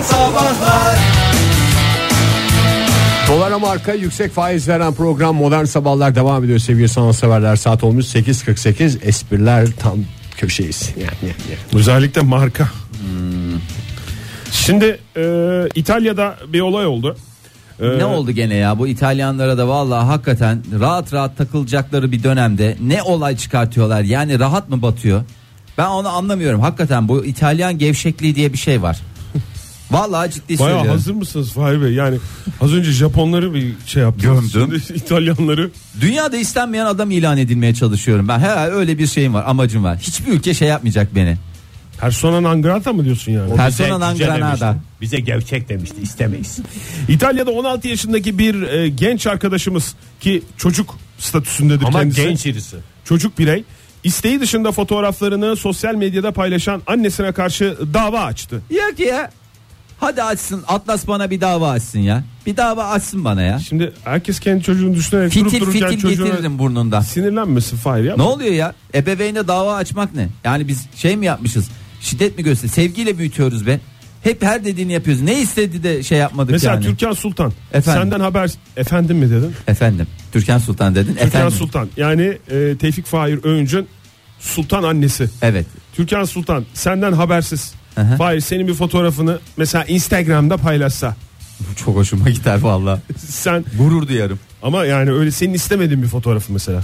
Sabahlar. Dolara marka yüksek faiz veren program Modern Sabahlar devam ediyor sevgili sanatseverler. Saat olmuş 8.48, espriler tam köşeyiz. Özellikle marka. Şimdi İtalya'da bir olay oldu. Ne oldu gene ya, bu İtalyanlara da vallahi hakikaten rahat rahat takılacakları bir dönemde ne olay çıkartıyorlar, yani rahat mı batıyor? Ben onu anlamıyorum hakikaten, bu İtalyan gevşekliği diye bir şey var. Vallahi ciddi Bayağı söylüyorum. hazır mısınız Fahir Bey? Yani az önce Japonları bir şey yaptım. Gömdüm. İtalyanları. Dünyada istenmeyen adam ilan edilmeye çalışıyorum ben. Herhalde öyle bir şeyim var, amacım var. Hiçbir ülke şey yapmayacak beni. Persona non grata mı diyorsun yani? Persona non grata. Bize gevşek demişti, istemeyiz. İtalya'da 16 yaşındaki bir genç arkadaşımız ki çocuk statüsündedir Ama kendisi. genç birisi. Çocuk birey. İsteği dışında fotoğraflarını sosyal medyada paylaşan annesine karşı dava açtı. Yok ya. Hadi açsın, Atlas bana bir dava açsın ya. Bir dava açsın bana ya. Şimdi herkes kendi çocuğunu düşünerek durup Fitil dururken fitil çocuğuna getiririm burnundan. sinirlenmesin Fahir ya. Ne oluyor ya? Ebeveyne dava açmak ne? Yani biz şey mi yapmışız? Şiddet mi göster? Sevgiyle büyütüyoruz be. Hep her dediğini yapıyoruz. Ne istedi de şey yapmadık Mesela yani. Türkan Sultan. Efendim? Senden haber, efendim mi dedin? Efendim. Türkan Sultan dedin. Türkan Efendim. Sultan. Yani Tevfik Fahir Öğüncü'nün Sultan annesi. Evet. Türkan Sultan senden habersiz. Hı. Fahir senin bir fotoğrafını mesela Instagram'da paylaşsa. Bu çok hoşuma gider vallahi. Sen Gurur duyarım. ama yani öyle senin istemediğin bir fotoğrafı mesela.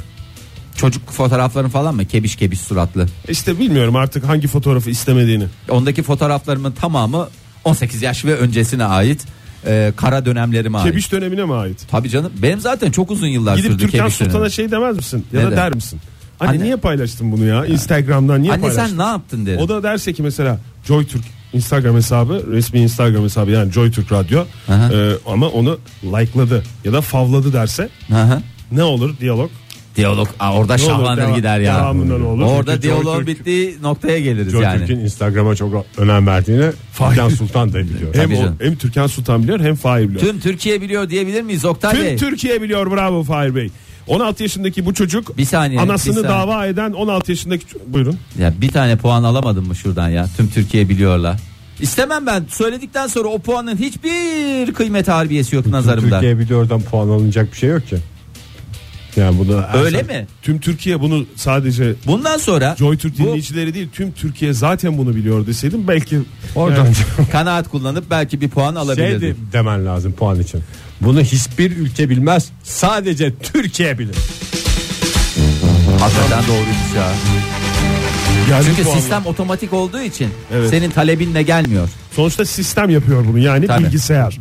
Çocuk fotoğrafların falan mı? Kebiş kebiş suratlı. İşte bilmiyorum artık hangi fotoğrafı istemediğini. Ondaki fotoğraflarımın tamamı 18 yaş ve öncesine ait. Kara dönemlerime ait. Kebiş dönemine mi ait? Tabii canım. Benim zaten çok uzun yıllar Gidip sürdü Türkan kebiş Sultan'a dönemi. şey demez misin? Ya Ne da der? der misin? Anne, Anne. niye paylaştın bunu ya? Instagram'dan niye Anne paylaştın? sen ne yaptın derim. O da derse ki mesela JoyTürk Instagram hesabı, resmi Instagram hesabı yani JoyTürk Radyo, Aha. ama onu like'ladı ya da favladı derse Hı. ne olur diyalog? Diyalog orada Ne olur, şahlanır gider ya. devamında ne olur? Orada Çünkü diyaloğun JoyTürk- bittiği noktaya geliriz Joy yani. Türk'ün Instagram'a çok önem verdiğini Türkan Sultan da biliyor. Hem, Tabii canım. hem Türkan Sultan biliyor hem Fahir biliyor. Tüm Türkiye biliyor diyebilir miyiz Oktay Tüm Bey? Türkiye biliyor, bravo Fahir Bey. 16 yaşındaki bu çocuk Bir saniye, anasını bir saniye. dava eden 16 yaşındaki buyurun. Ya bir tane puan alamadın mı şuradan ya? Tüm Türkiye biliyorlar. İstemem ben. Söyledikten sonra o puanın hiçbir kıymet harbiyesi yok nazarımda. Türkiye biliyordan puan alınacak bir şey yok ki. Yani bu da Öyle mi? Tüm Türkiye bunu sadece Bundan sonra JoyTürk bu dinleyicileri değil, tüm Türkiye zaten bunu biliyor deseydim belki oradan kanaat kullanıp belki bir puan şey alabilirdi. de demen lazım puan için. Bunu hiçbir ülke bilmez. Sadece Türkiye bilir. Hakikaten doğruymuş ya. geldi Çünkü puanla. sistem otomatik olduğu için Evet. senin talebinle gelmiyor. Sonuçta sistem yapıyor bunu yani Tabii. bilgisayar.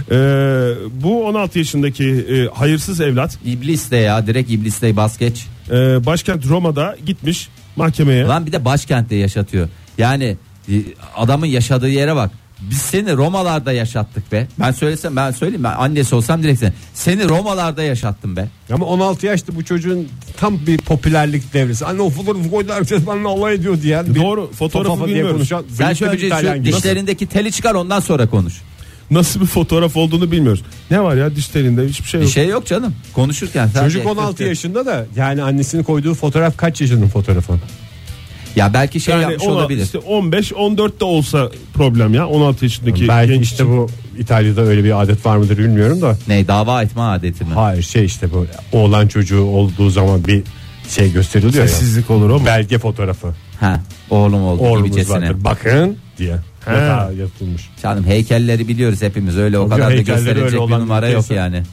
Bu 16 yaşındaki hayırsız evlat İblis de ya, direkt iblis de bas geç. başkent Roma'da gitmiş mahkemeye. Lan bir de başkentte yaşatıyor. Yani adamın yaşadığı yere bak. Biz seni Romalarda yaşattık be. Ben söyleyeyim, ben annesi olsam direkt seni Romalarda yaşattım be. Ama 16 yaşta bu çocuğun tam bir popülerlik devresi. Anne o fotoğrafı koydu, herkes benimle alay ediyor diyen. Doğru, fotoğrafı bilmiyoruz. Sen şu önce şu dişlerindeki teli çıkar, ondan sonra konuş. Nasıl bir fotoğraf olduğunu bilmiyoruz. Ne var ya diş telinde, hiçbir şey Bir yok. şey yok canım. Konuşurken Çocuk sadece 16 yaşında da yani annesinin koyduğu fotoğraf kaç yaşının fotoğrafı? Ya belki şey Yani yapmış ona olabilir. işte 15-14 de olsa problem ya 16 yaşındaki Belki genç işte için. bu İtalya'da öyle bir adet var mıdır bilmiyorum da. Ne, dava etme adeti mi? Hayır şey işte bu oğlan çocuğu olduğu zaman bir şey gösteriliyor ya. Sessizlik olur o mu? Belge fotoğrafı. Ha, oğlum oldu Oğlumuz gibicesine. vardır. Bakın diye. He. Yatağa yatılmış. Canım heykelleri biliyoruz hepimiz, öyle o Tabii kadar da heykelleri öyle gösterilecek bir olan numara yok ülkeyse. yani.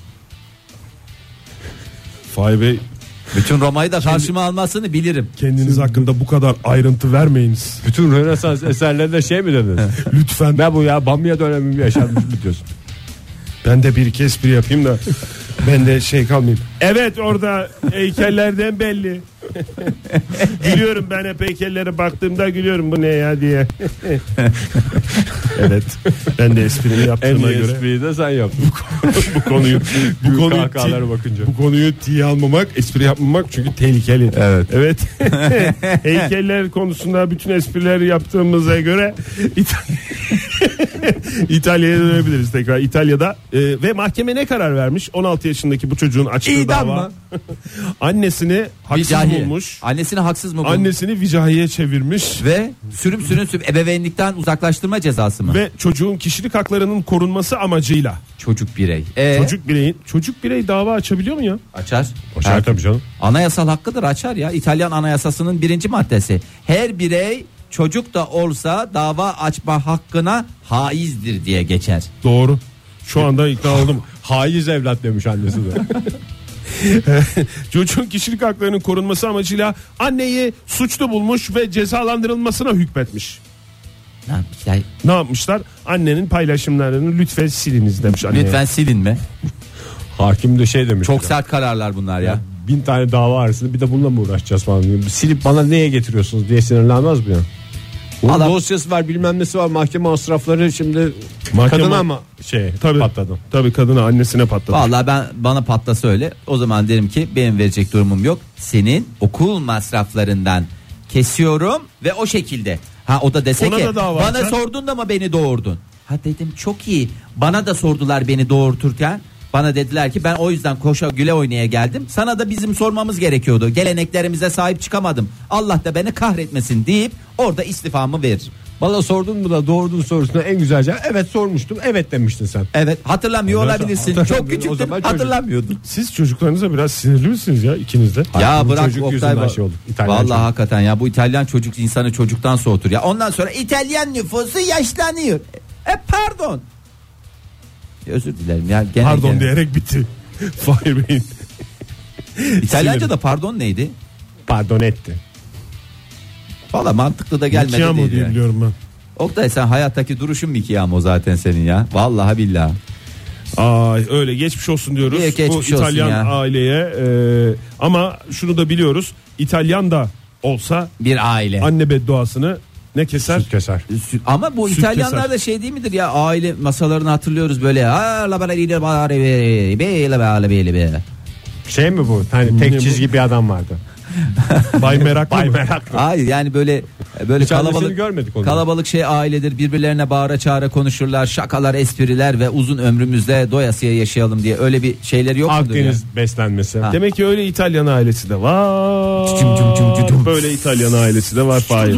Fahir Bey, Bütün Roma'yı da karşıma almasını bilirim. kendiniz hakkında bu kadar ayrıntı vermeyiniz. Bütün Rönesans eserlerinde şey mi dediniz? Lütfen. Ne bu ya, Bamya dönemi mi yaşanmış mı diyorsun? Ben de bir iki espri yapayım da ben de şey kalmayayım. Evet, orada heykellerden belli. Gülüyorum, ben hep heykellere baktığımda gülüyorum, bu ne ya diye. Evet, ben de esprimi En yaptığıma iyi göre espriyi de sen yaptın. bu konuyu kahkahalara bakınca. bu konuyu tiye almamak, espri yapmamak çünkü tehlikeli. Evet. Heykeller konusunda bütün esprileri yaptığımıza göre İtalya'ya dönebiliriz tekrar. İtalya'da ve mahkeme ne karar vermiş? 16 yaşındaki bu çocuğun açtığı İdam dava. mı? Annesini Bir haksız cahil bulmuş. Annesini haksız mı bulmuş? Annesini vicahiye çevirmiş. Ve sürüm ebeveynlikten uzaklaştırma cezası mı? Ve çocuğun kişilik haklarının korunması amacıyla. Çocuk birey. Çocuk birey dava açabiliyor mu ya? Açar. Açar tabii canım. Anayasal hakkıdır, açar ya. İtalyan anayasasının 1. maddesi. Her birey çocuk da olsa dava açma hakkına haizdir diye geçer. Doğru. Şu anda ikna oldum. Haiz evlat demiş annesi de. Çocuğun kişilik haklarının korunması amacıyla anneyi suçlu bulmuş ve cezalandırılmasına hükmetmiş. Ne yapmışlar? Ne yapmışlar? Annenin paylaşımlarını lütfen siliniz demiş anneye. Lütfen silin mi? Hakim de şey demiş. Çok sert kararlar bunlar ya. 1000 tane dava arasında bir de bununla mı uğraşacağız falan diyor. Silip bana neye getiriyorsunuz diye sinirlenmez mi ya? Bunun dosyası var, bilmem nesi var, mahkeme masrafları, şimdi kadına mı patladı? Tabii kadına, annesine patladı. Vallahi bana patlasa öyle, o zaman derim ki benim verecek durumum yok. Senin okul masraflarından kesiyorum ve o şekilde. Ha, o da dese ona ki da bana sordun da mı beni doğurdun? Ha dedim, çok iyi. Bana da sordular beni doğurturken. Bana dediler ki ben o yüzden koşa güle oynaya geldim. Sana da bizim sormamız gerekiyordu. Geleneklerimize sahip çıkamadım. Allah da beni kahretmesin deyip orada istifamı veririm. Bana sordun mu da doğurdun sorusuna en güzel cevap evet sormuştum, evet demiştin sen. Evet, hatırlamıyor olabilirsin. Çok küçüktüm, hatırlamıyordum. Siz çocuklarınıza biraz sinirli misiniz ya, ikiniz de? Ya bırak çocuk Oktay, vallahi hakikaten ya, bu İtalyan çocuk insanı çocuktan soğutur ya. Ondan sonra İtalyan nüfusu yaşlanıyor. Pardon. Özür dilerim ya. Pardon diyerek bitti. Fahir Bey'in. İtalyanca'da pardon neydi? Pardon etti. Valla mantıklı da gelmedi Michiamo değil diye yani. biliyorum ben. Oktay, sen hayattaki duruşun Michiamo zaten senin ya. Vallahi billahi. Ay, öyle geçmiş olsun diyoruz bu İtalyan aileye. Ama şunu da biliyoruz, İtalyan da olsa bir aile anne bedduasını ne keser? Süt keser. Ama bu Süt İtalyanlar keser. da şey değil midir ya, aile masalarını hatırlıyoruz böyle. Şey mi bu? Hani tek çizgi bir adam vardı. Bay Meraklı. Bay Meraklı. Hayır yani böyle hiç görmedik onu. Kalabalık şey ailedir, birbirlerine bağıra çağıra konuşurlar, şakalar, espriler ve uzun ömrümüzde doyasıya yaşayalım diye, öyle bir şeyleri yok mudur ya? Akdeniz beslenmesi. Ha. Demek ki öyle İtalyan ailesi de var. Böyle İtalyan ailesi de var. Fahir.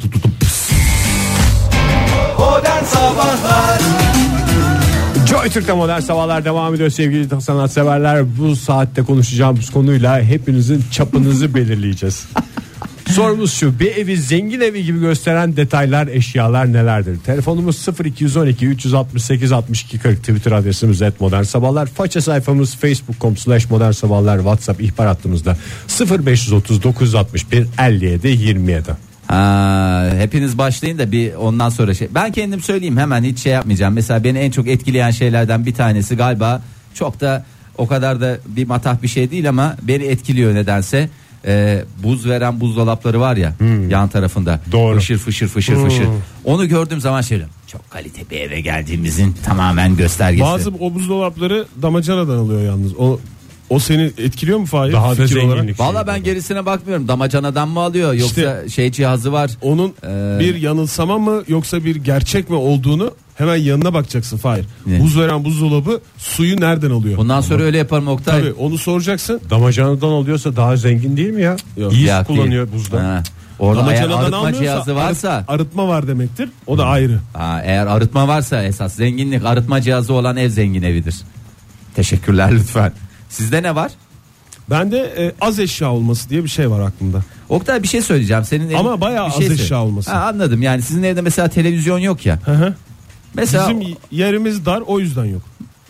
Modern Sabahlar. Joy Türk'te modern sabahlar devam ediyor sevgili sanatseverler. Bu saatte konuşacağımız konuyla hepinizin çapınızı belirleyeceğiz. Sorumuz şu: bir evi zengin evi gibi gösteren detaylar, eşyalar nelerdir? Telefonumuz 0212 368 62 40, Twitter adresimiz @modernsabahlar, faça sayfamız facebook.com/modernsabahlar, WhatsApp ihbar hattımızda 0530 961 57 27. Hepiniz başlayın da bir ondan sonra ben kendim söyleyeyim, hemen hiç şey yapmayacağım. Mesela beni en çok etkileyen şeylerden bir tanesi, galiba çok da o kadar da bir matah bir şey değil ama beni etkiliyor nedense. Buz veren buzdolapları var ya yan tarafında. Doğru. Fışır fışır. Onu gördüğüm zaman diyorum, çok kalite bir eve geldiğimizin tamamen göstergesi. Bazı o buzdolapları damacanadan alıyor yalnız. O seni etkiliyor mu Fahir? Daha da zenginlik. Valla ben gerisine bakmıyorum. Damacanadan mı alıyor yoksa şey cihazı var. Onun bir yanılsama mı yoksa bir gerçek mi olduğunu hemen yanına bakacaksın Fahir. Buz veren buzdolabı suyu nereden alıyor? Bundan sonra öyle yaparım Oktay. Tabii onu soracaksın. Damacanadan oluyorsa daha zengin değil mi ya? Yok. İyi su kullanıyor buzda. Orada eğer arıtma cihazı varsa, arıtma var demektir. O da ayrı. Eğer arıtma varsa esas zenginlik, arıtma cihazı olan ev zengin evidir. Teşekkürler lütfen. Sizde ne var? Bende az eşya olması diye bir şey var aklımda. Oktay, bir şey söyleyeceğim. Senin ama bayağı az eşya olması. Anladım. Yani sizin evde mesela televizyon yok ya. Hı. Mesela bizim yerimiz dar, o yüzden yok.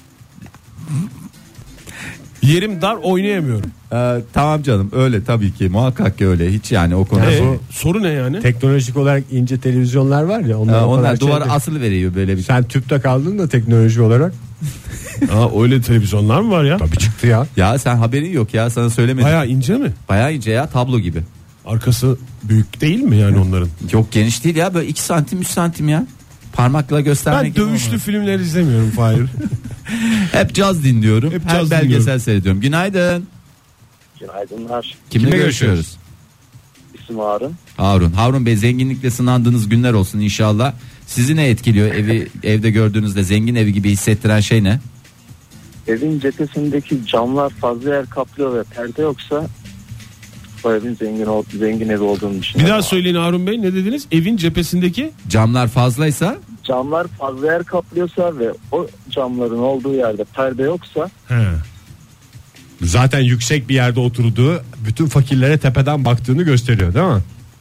Yerim dar, oynayamıyorum. Tamam canım, öyle tabii ki, muhakkak ki öyle, hiç yani o konuda. Soru ne yani? Teknolojik olarak ince televizyonlar var ya, onlar duvara asılı veriyor böyle bir. Sen tüpte kaldın da teknoloji olarak. Öyle televizyonlar mı var ya? Tabii çıktı ya. Ya sen haberin yok ya, sana söylemedim. Bayağı ince mi? Bayağı ince ya, tablo gibi. Arkası büyük değil mi yani onların? Yok, geniş değil ya, böyle 2 santim 3 santim ya. Parmakla göstermek gibi. Ben dövüşlü filmler izlemiyorum Fahir. Hep caz dinliyorum. Hep belgesel seyrediyorum. Günaydın. Günaydınlar. Kimle görüşüyoruz? İsim Harun. Harun Bey, zenginlikle sınandığınız günler olsun inşallah. Sizi ne etkiliyor evde gördüğünüzde zengin evi gibi hissettiren şey ne? Evin cephesindeki camlar fazla yer kaplıyor ve perde yoksa o evin zengin evi olduğunu Bir düşünüyorum. daha söyleyin Harun Bey, ne dediniz? Evin cephesindeki Camlar fazlaysa Camlar fazla yer kaplıyorsa ve o camların olduğu yerde perde yoksa Zaten yüksek bir yerde oturduğu bütün fakirlere tepeden baktığını gösteriyor değil mi?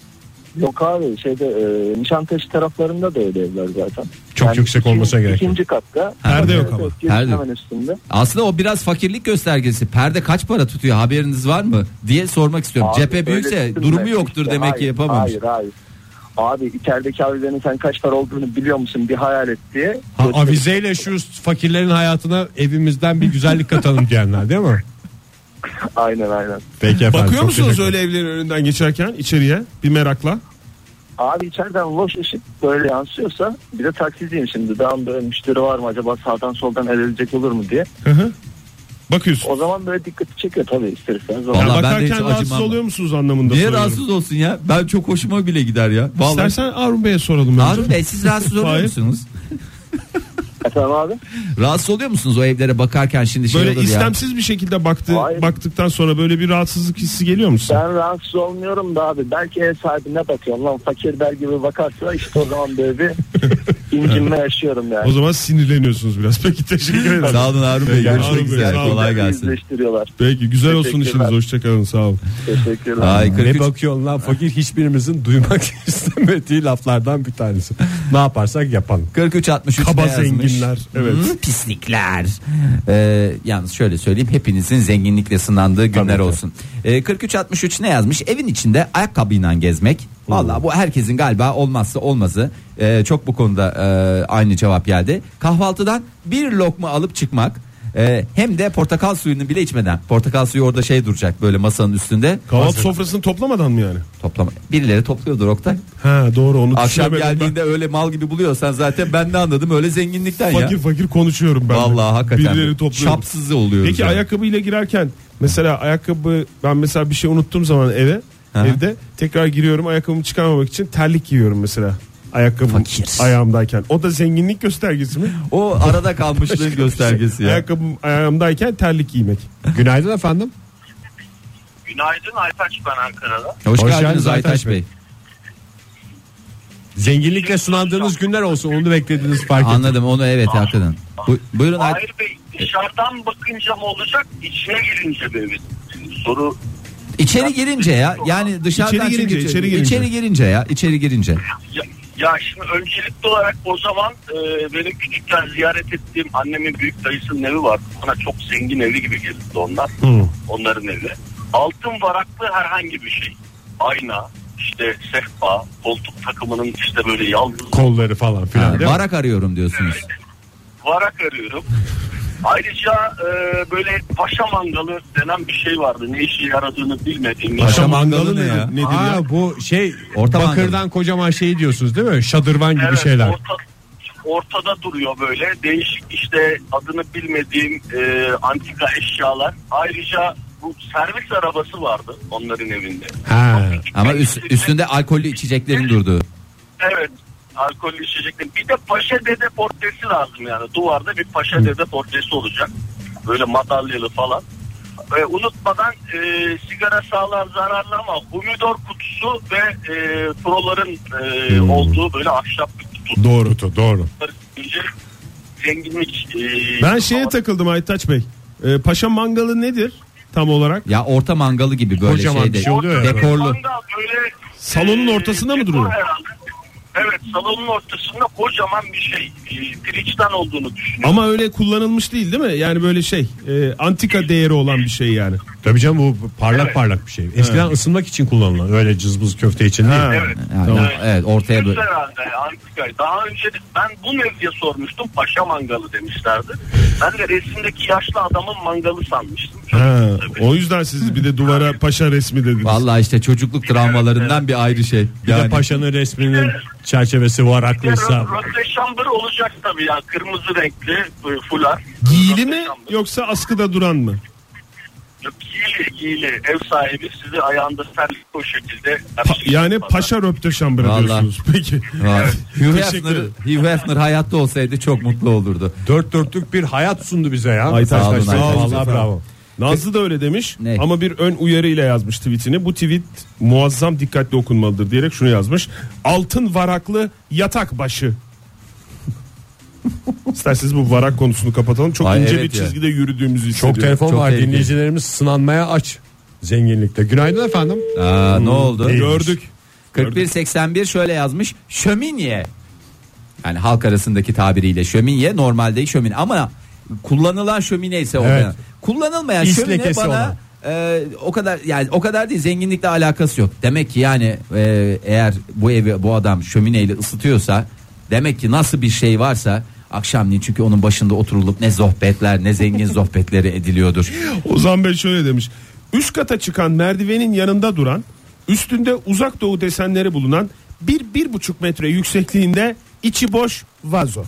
yok abi Nişantaşı taraflarında da öyle evler zaten. Çok yüksek olmasa gerek yok. İkinci katta Perde yok ama. Perde hemen üstünde. aslında o biraz fakirlik göstergesi. Perde kaç para tutuyor, haberiniz var mı diye sormak istiyorum. Abi, Cephe öyle büyükse düşünme. durumu yoktur İşte demek ki yapamamış. Hayır. Abi içerideki avizenin sen kaç para olduğunu biliyor musun? Bir hayal et diye. Avizeyle şu fakirlerin hayatına evimizden bir güzellik katalım diyenler değil mi? Aynen. Peki efendim. bakıyor çok musunuz teşekkür öyle evlerin önünden geçerken içeriye bir merakla? Abi içeriden loş ışık böyle yansıyorsa, bir de taksiciyim şimdi. Daha böyle müşteri var mı acaba, sağdan soldan el edecek olur mu diye. Hı. Bakıyorsun. O zaman böyle dikkati çekiyor tabii, ister istemez. Vallahi Yani ben de hiç bakarken rahatsız acımam. oluyor musunuz anlamında Niye soruyorum. rahatsız olsun ya? Ben çok hoşuma bile gider ya. Vallahi. İstersen Harun Bey'e soralım. Harun Bey, siz rahatsız oluyor Hayır. musunuz? Efendim abi? Rahatsız oluyor musunuz o evlere bakarken şimdi şey Böyle olur ya. istemsiz bir şekilde Hayır. baktıktan sonra böyle bir rahatsızlık hissi geliyor mu size? Ben rahatsız olmuyorum da abi. Belki ev sahibine bakıyorum. Lan fakir der gibi bakarsa işte o zaman böyle bir incinme yaşıyorum yani. O zaman sinirleniyorsunuz biraz. Peki, teşekkür ederim. Sağ olun Harun Bey. Peki, Görüşmek Harun Bey, üzere. sağ olun. Kolay gelsin. Yüzleştiriyorlar. Peki, güzel olsun Teşekkürler. işiniz. Hoşçakalın, sağ olun. Teşekkürler. Ay, Ne 43 bakıyorsun lan fakir, hiçbirimizin duymak istemediği laflardan bir tanesi. Ne yaparsak yapalım. 43-63 Kaba ne yazmış? zenginler, evet. Pislikler. Yalnız şöyle söyleyeyim, hepinizin zenginlikle sınandığı günler Tabii. olsun. 43-63 ne yazmış? Evin içinde ayakkabıyla gezmek. Vallahi bu herkesin galiba olmazsa olmazı. Çok bu konuda aynı cevap geldi. Kahvaltıdan bir lokma alıp çıkmak. Hem de portakal suyunu bile içmeden. Portakal suyu orada duracak böyle masanın üstünde. Kahvaltı sofrasını toplamadan mı yani? Toplama. Birileri topluyordur Oktay. Ha, doğru, onu Akşam düşünemedim geldiğinde öyle mal gibi buluyorsan zaten ben de anladım, öyle zenginlikten ben. ya. Fakir konuşuyorum ben. Vallahi hakikaten. Birileri topluyorum. Şapsızı oluyoruz. Peki yani. ayakkabıyla girerken mesela ben mesela bir şey unuttuğum zaman Aha. evde tekrar giriyorum, ayakkabımı çıkarmamak için terlik giyiyorum mesela. Ayakkabım Fakir. ayağımdayken. O da zenginlik göstergesi mi? O arada kalmışlığın göstergesi ya. Ayakkabım ayağımdayken terlik giymek. Günaydın efendim. Günaydın Aytaç, ben Ankara'da. Hoş Hoş geldiniz geldiniz Aytaç Aytaç Bey. Bey. Zenginlikle sunandığınız günler olsun, onu beklediğiniz fark ettim. Anladım onu, evet hakikaten. Buyurun Hayır Bey, dışarıdan bakınca mı olacak, içine girince mi? Soru. İçeri girince ya, yani dışarıdan İçeri girince, çünkü- içeri girince. içeri girince ya, içeri girince. Ya şimdi öncelikli olarak o zaman benim küçükken ziyaret ettiğim annemin büyük dayısının evi vardı. Bana çok zengin evi gibi geldi onlar. Onların evi. Altın varaklı herhangi bir şey. Ayna, işte sehpa, koltuk takımının işte böyle yaldız Kolları falan filan değil mi? Barak arıyorum diyorsunuz. varak arıyorum. Ayrıca böyle paşa mangalı denen bir şey vardı. Ne işe yaradığını bilmediğim. Paşa mangalı ne ya? Nedir Aa, ya? bu Orta bakırdan mangal. kocaman şeyi diyorsunuz değil mi? Şadırvan gibi Evet, şeyler. ortada duruyor böyle değişik işte adını bilmediğim antika eşyalar. Ayrıca bu servis arabası vardı onların evinde. Ha. Ama üstünde alkollü içeceklerin durduğu. Evet, alkollü içecekler. Bir de Paşa Dede portresi lazım yani. Duvarda bir Paşa Dede portresi olacak. Böyle madalyalı falan. Unutmadan sigara sağlar zararlı ama humidor kutusu ve proların olduğu böyle ahşap bir kutu. Doğru. Zenginlik. Ben şeye takıldım Aytaç Bey. Paşa mangalı nedir tam olarak? Ya orta mangalı gibi böyle Kocaman şeyde. bir şey oluyor ya. Dekorlu. Böyle, Salonun ortasında mı duruyor? herhalde. Evet, salonun ortasında kocaman bir şey. Pirinçten olduğunu düşünüyorum. Ama öyle kullanılmış değil mi? Yani böyle antika değeri olan bir şey yani. Tabii canım, bu parlak Evet. parlak bir şey. Eskiden ısınmak için kullanılan, öyle cızbız köfte için değil. Ha. Evet. Yani, Tamam. evet ortaya böyle. Herhalde antika. Daha önce ben bu ne diye sormuştum. Paşa mangalı demişlerdi. Ben de resimdeki yaşlı adamın mangalı sanmıştım. Ha, Tabii. o yüzden siz bir de duvara paşa resmi dediniz. Vallahi işte çocukluk travmalarından bir ayrı şey. Bir de paşanın resminin çerçevesi varaklıysa. Röteşambır olacak tabii ya. Kırmızı renkli fular. Giyili mi Röteşambır. yoksa askıda duran mı? Yok, giyili. Ev sahibi sizi ayağında terlik o şekilde. Yani paşa röpteşambırı Vallahi. diyorsunuz. Peki. Evet. Hugh Teşekkür ederim. Hefner hayatta olsaydı çok mutlu olurdu. Dört dörtlük bir hayat sundu bize ya. Aytaç Sağ olun, Bey, Aytaç. Vallahi bravo. Nazlı da öyle demiş Ne? ama bir ön uyarı ile yazmış tweetini. Bu tweet muazzam dikkatli okunmalıdır diyerek şunu yazmış. Altın varaklı yatak başı. İsterseniz bu varak konusunu kapatalım. Çok Ay, ince evet bir ya. çizgide yürüdüğümüzü hissediyorum. Çok telefon Çok var, tehlikeli. dinleyicilerimiz sınanmaya aç zenginlikte. Günaydın efendim. Ne oldu? Gördük. 4181 şöyle yazmış. Şöminye. Yani halk arasındaki tabiriyle şöminye, normalde şömine ama kullanılan şömine ise o. Evet. Yani kullanılmayan İs şömine lekesi bana olan. o kadar, yani o kadar değil, zenginlikle alakası yok. Demek ki yani eğer bu evi bu adam şömineyle ısıtıyorsa demek ki nasıl bir şey varsa akşamleyin, çünkü onun başında oturulup ne sohbetler, ne zengin sohbetleri ediliyordur. Ozan Bey şöyle demiş. Üst kata çıkan merdivenin yanında duran, üstünde uzak doğu desenleri bulunan 1-1,5 metre yüksekliğinde içi boş vazo.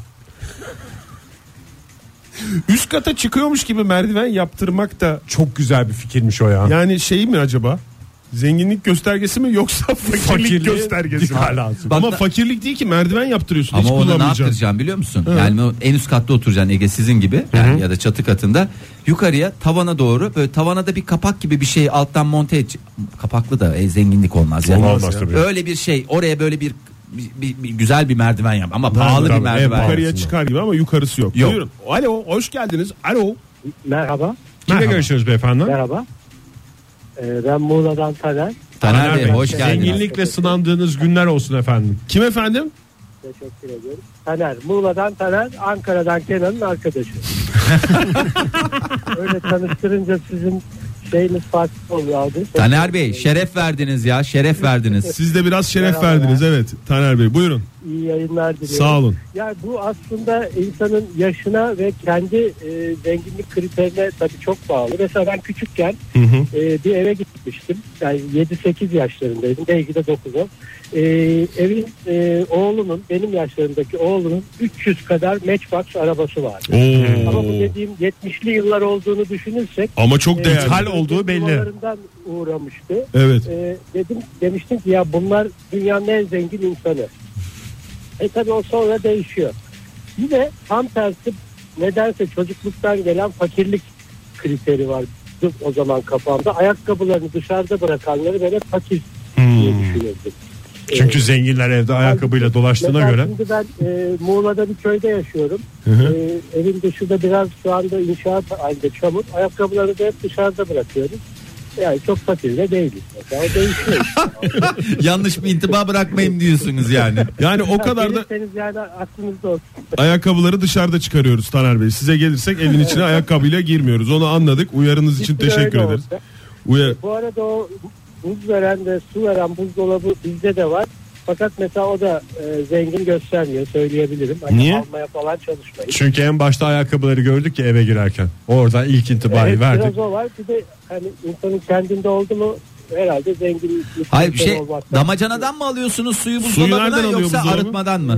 Üst kata çıkıyormuş gibi merdiven yaptırmak da Çok güzel bir fikirmiş o ya. yani şey mi acaba? Zenginlik göstergesi mi yoksa fakirlik Fakirliğe göstergesi mi? lazım. Ama Bak- fakirlik değil ki, merdiven yaptırıyorsun. Hiç Ama onu ne kullanmayacaksın. yaptıracaksın biliyor musun? Yani o en üst katta oturacaksın Ege, sizin gibi yani, ya da çatı katında yukarıya tavana doğru, böyle tavana da bir kapak gibi bir şey alttan monte et. Kapaklı da zenginlik olmaz yani. Olmaz tabii. Öyle bir şey, oraya böyle bir güzel bir merdiven yap ama pahalı Tabii, bir merdiven. yukarıya aslında. çıkar gibi ama yukarısı yok. Yok. Buyurun. Alo, hoş geldiniz. Alo. Merhaba. Kimle Merhaba. görüşüyoruz beyefendi? Merhaba. Ben Muğla'dan Taner. Taner Bey, hoş geldiniz. Zenginlikle sınandığınız günler olsun efendim. Kim efendim? Teşekkür ediyorum. Taner. Muğla'dan Taner. Ankara'dan Kenan'ın arkadaşı. Öyle tanıştırınca sizin şeyiniz farklı oluyor abi. Taner Bey, şeref verdiniz ya, şeref verdiniz. Siz de biraz şeref Merhaba. verdiniz, evet. Taner Bey buyurun. İyi yayınlar diliyorum. Sağ olun. Yani bu aslında insanın yaşına ve kendi zenginlik kriterine tabii çok bağlı. Mesela ben küçükken bir eve gitmiştim. Yani 7-8 yaşlarındaydım. Belki de 9'a. Evin oğlunun, benim yaşlarındaki oğlunun 300 kadar Matchbox arabası vardı. Oo. Ama bu dediğim 70'li yıllar olduğunu düşünürsek Ama çok değerli. Hal olduğu belli. turnuvalarından uğramıştı. Evet. Demiştim ki ya bunlar dünyanın en zengin insanı. Tabii o sonra değişiyor. Bir de tam tersi, nedense çocukluktan gelen fakirlik kriteri var o zaman kafamda. Ayakkabılarını dışarıda bırakanları böyle fakir diye düşünürdüm. Çünkü zenginler evde ayakkabıyla dolaştığına Mesela göre. Şimdi ben Muğla'da bir köyde yaşıyorum. Evin dışında biraz şu anda inşaat halinde çamur. Ayakkabıları da hep dışarıda bırakıyoruz. Yani çok fakir de değiliz. Mesela o değişiyor. Yanlış bir intiba bırakmayayım diyorsunuz yani. Yani o kadar da Gelirseniz yani aklınızda olsun. ayakkabıları dışarıda çıkarıyoruz Taner Bey. Size gelirsek evin içine ayakkabıyla girmiyoruz. Onu anladık. Uyarınız için Kesin teşekkür öyle ederiz. olsa. Bu arada o buz veren de su veren buzdolabı bizde de var. Fakat mesela o da zengin göstermiyor, söyleyebilirim. Hani Niye? almaya falan çalışmayın. Çünkü en başta ayakkabıları gördük ya eve girerken. Oradan ilk intibayı Evet, verdik. biraz o var. Bir de hani insanın kendinde oldu mu herhalde zenginlik. Hayır, bir şey, damacanadan mı alıyorsunuz suyu Suyu buzdolabına nereden alıyor yoksa buzdolabı? arıtmadan mı?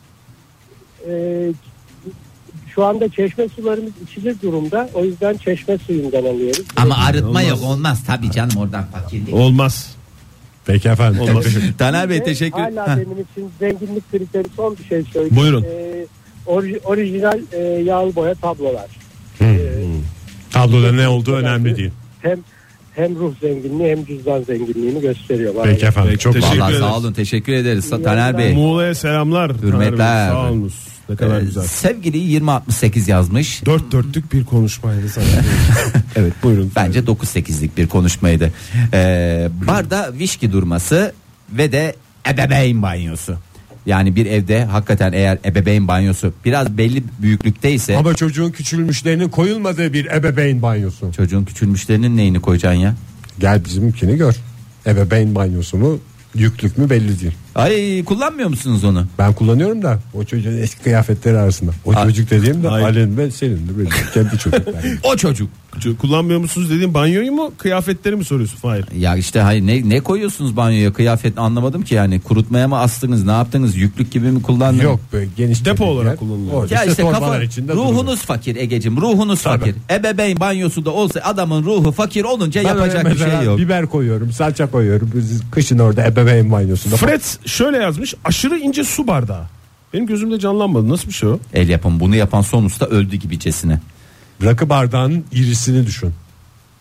Şu anda çeşme sularımız içilir durumda. O yüzden çeşme suyundan alıyoruz. Ama arıtma yok, olmaz tabii canım, oradan fakirlik. Olmaz. Peki efendim. Olmaz. Taner Bey Ve teşekkür. Hala Heh. benim için zenginlik kriteri, son bir şey söyleyeyim. Buyurun. Orijinal yağlı boya tablolar. Tabloda ne olduğu önemli değil. Hem ruh zenginliği hem cüzdan zenginliğini gösteriyor. bana. Peki efendim. Peki, Çok teşekkür Vallahi ederiz. sağ olun, teşekkür ederiz İyi Taner Bey. Muğla'ya selamlar. Taner Bey. Hürmetler. Sağ olunuz. Ne kadar güzel. Sevgili 2068 yazmış. Dört dörtlük bir konuşmaydı sana. Evet buyurun. Bence 9-8'lik bir konuşmaydı. Barda vişki durması ve de ebeveyn banyosu. Yani bir evde hakikaten eğer ebeveyn banyosu biraz belli büyüklükteyse, Ama çocuğun küçülmüşlerinin koyulmadığı bir ebeveyn banyosu. çocuğun küçülmüşlerinin neyini koyacaksın ya? Gel bizimkini gör. Ebeveyn banyosu mu yüklük mü belli değil. Ay, kullanmıyor musunuz onu? Ben kullanıyorum da o çocuğun eski kıyafetleri arasında. O çocuk dediğim de Ay. Ali'nin ve senin de benim kendi çocuklar. O çocuk. Kullanmıyor musunuz dediğim banyoyu mu kıyafetleri mi soruyorsun Fahir? Ya işte hayır, ne koyuyorsunuz banyoya, kıyafet anlamadım ki yani, kurutmaya mı astınız, ne yaptınız, yüklük gibi mi kullandınız? Yok böyle geniş Depo tepikler. olarak kullanılıyor. Orada Ya işte kafa, torbalar içinde ruhunuz duruyor. fakir Egeciğim, ruhunuz fakir. Ebeveyn banyosu da olsa adamın ruhu fakir olunca Ben yapacak öyle bir şey mesela yok. biber koyuyorum, salça koyuyorum. Biz kışın orada ebeveyn banyosunda. Fred şöyle yazmış: aşırı ince su bardağı. Benim gözümde canlanmadı. Nasıl bir şey o? El yapım, bunu yapan son usta öldü gibicesine. Rakı bardağının irisini düşün.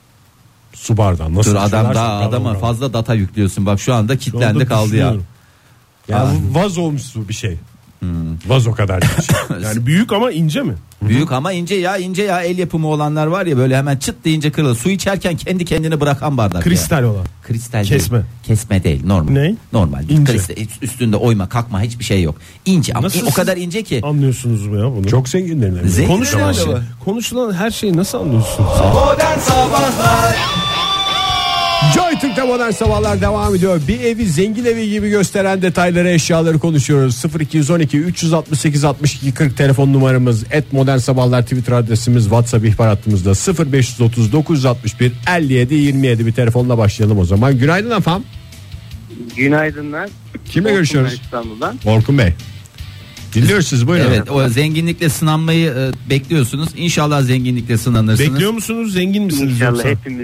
Su bardağı nasıl? Dur adam düşünürsen daha adama kavramı. fazla data yüklüyorsun. Bak şu anda Şu kitlendi anda kaldı ya. düşünüyorum. Yani vazomsu bir şey. Vazo kadar bir şey. Yani büyük ama ince mi? Büyük ama ince ya el yapımı olanlar var ya böyle hemen çıt deyince kırılır. Su içerken kendi kendini bırakan bardak. Kristal olan. Kristal Kesme. değil. Kesme değil normal. Ne? Normal. İnce. Kristal, üstünde oyma kalkma hiçbir şey yok. İnce ama Nasıl o kadar ince ki. Anlıyorsunuz mu ya bunu? Çok zenginler. Zengin Konuşulan öyle şey, var. konuşulan her şeyi nasıl anlıyorsunuz? Modern Sabahlar Joy Türk'te modern sabahlar devam ediyor. Bir evi zengin evi gibi gösteren detayları, eşyaları konuşuyoruz. 0212 368 62 40 telefon numaramız. @modern sabahlar Twitter adresimiz, WhatsApp ihbar hattımızda 0530 961 57 27 bir telefonla başlayalım o zaman. Günaydın efendim. Günaydınlar. Kimle Orkun görüşüyoruz? ben İstanbul'dan. Orkun Bey. Dinliyoruz siz, buyurun. Evet, o zenginlikle sınanmayı bekliyorsunuz. İnşallah zenginlikle sınanırsınız. Bekliyor musunuz? Zengin misiniz İnşallah yoksa? hepimiz.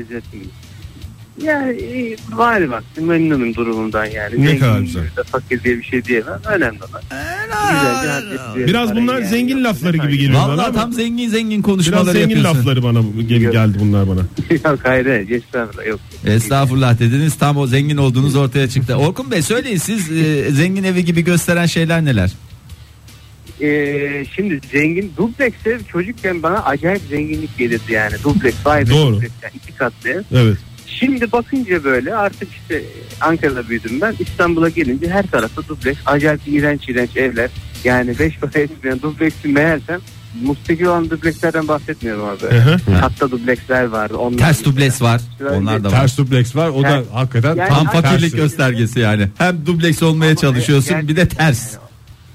Yani var vakti memnunum durumumdan yani. Ne Zengin kadar güzel. de fakir diye bir şey diyemem. Önemli olan. Güzel bir hareket. Biraz bunlar zengin lafları gibi geliyor bana Vallahi ama. tam zengin Biraz konuşmaları zengin yapıyorsun. lafları bana geldi bunlar bana. Yok hayır estağfurullah yok. Estağfurullah dediniz, tam o zengin olduğunuz ortaya çıktı. Orkun Bey söyleyin siz zengin evi gibi gösteren şeyler neler? Şimdi zengin dubleks ev çocukken bana acayip zenginlik gelirdi yani. Dubleks vay be, Doğru. dubleks yani 2 katlı ev. Evet. Şimdi bakınca böyle artık işte Ankara'da büyüdüm ben. İstanbul'a gelince her tarafta dubleks, acayip iğrenç evler. Yani 5 para etmeyen dubleksi meğersem müstakil olan dublekslerden bahsetmiyorum abi. Hatta dubleksler vardı. Onlar Ters dubleks var. Şöyle Onlar da var. Ters dubleks var, o da Yani- hakikaten yani- Tam Tersi. fakirlik göstergesi yani. Hem dubleks olmaya Ama çalışıyorsun bir de gerçekten ters. yani.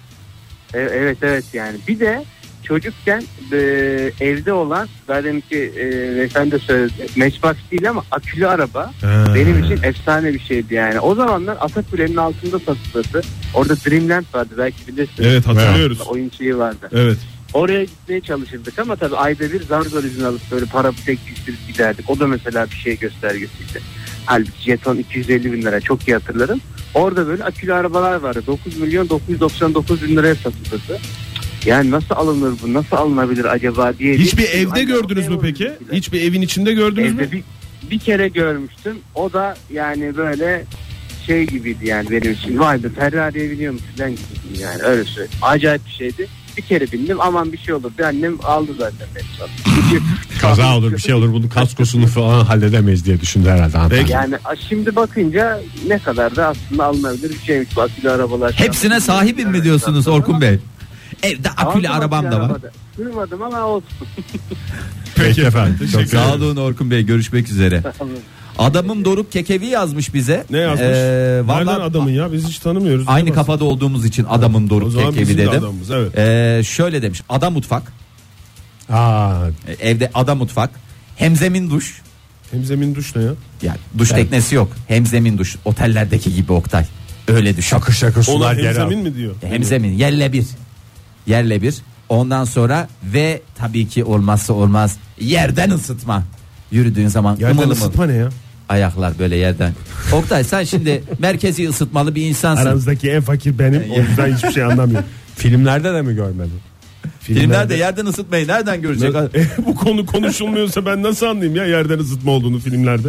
Evet yani. Bir de çocukken evde olan daha deminki efendim de söyledi. Matchbox değil ama akülü araba benim için efsane bir şeydi yani. O zamanlar Atakule'nin altında satılırdı. Orada Dreamland vardı belki bilirsiniz. Evet, hatırlıyoruz. Oyun şeyi vardı. Evet. Oraya gitmeye çalışırdık ama tabii ayda bir zar zor izin alıp böyle para biriktirip giderdik. O da mesela bir şey göstergesiydi. Halbuki jeton 250 bin lira, çok iyi hatırlarım. Orada böyle akülü arabalar vardı. 9 milyon 999 bin liraya satılırdı. Yani nasıl alınır bu? Nasıl alınabilir acaba diye. Hiçbir evde gördünüz mü peki? Hiçbir evin içinde gördünüz mü? Evde bir kere görmüştüm. O da yani böyle şey gibiydi yani benim için. Vay be, Ferrari'ye biniyor musun? Ben gibiydim yani, öyle söyleyeyim. Acayip bir şeydi. Bir kere bindim, aman bir şey olur. Bir annem aldı zaten beni sonra. kaza olur, bir şey olur, bunun kaskosunu falan halledemeyiz diye düşündü herhalde hanımefendi. Yani şimdi bakınca ne kadar da aslında alınabilir bir şeymiş bu akülü arabalar. Hepsine sahibim mi diyorsunuz Orkun Bey? Evde akülü Aldım arabam akülü da var. arabada. Sığmadım ama olsun. Peki efendim. Çok Sağ olun Orkun Bey, görüşmek üzere. Adamım Doruk Kekevi yazmış bize. Ne yazmış? Vallahi Nereden adamın ya? Biz hiç tanımıyoruz. aynı Değil mi? kafada olduğumuz için adamın O Doruk zaman Kekevi bizim de dedim. adamımız, evet. Şöyle demiş, ada mutfak. Aa, Evde ada mutfak. Hemzemin duş. Hemzemin duş ne ya? Yani duş teknesi yok. Hemzemin duş. Otellerdeki gibi Oktay. Öyle düşün. şakır şakır Ona sular yer hemzemin al. mi diyor? Hemzemin yerle bir. Yerle bir. Ondan sonra ve tabii ki olmazsa olmaz yerden ısıtma. Yürüdüğün zaman Yerden ımıl ımıl. ısıtma ne ya? Ayaklar böyle yerden. Oktay sen şimdi merkezi ısıtmalı bir insansın. Aranızdaki en fakir benim. O yüzden hiçbir şey anlamıyorum. Filmlerde de mi görmedin? Filmlerde yerden ısıtmayı nereden görecek? Bu konu konuşulmuyorsa ben nasıl anlayayım ya yerden ısıtma olduğunu filmlerde?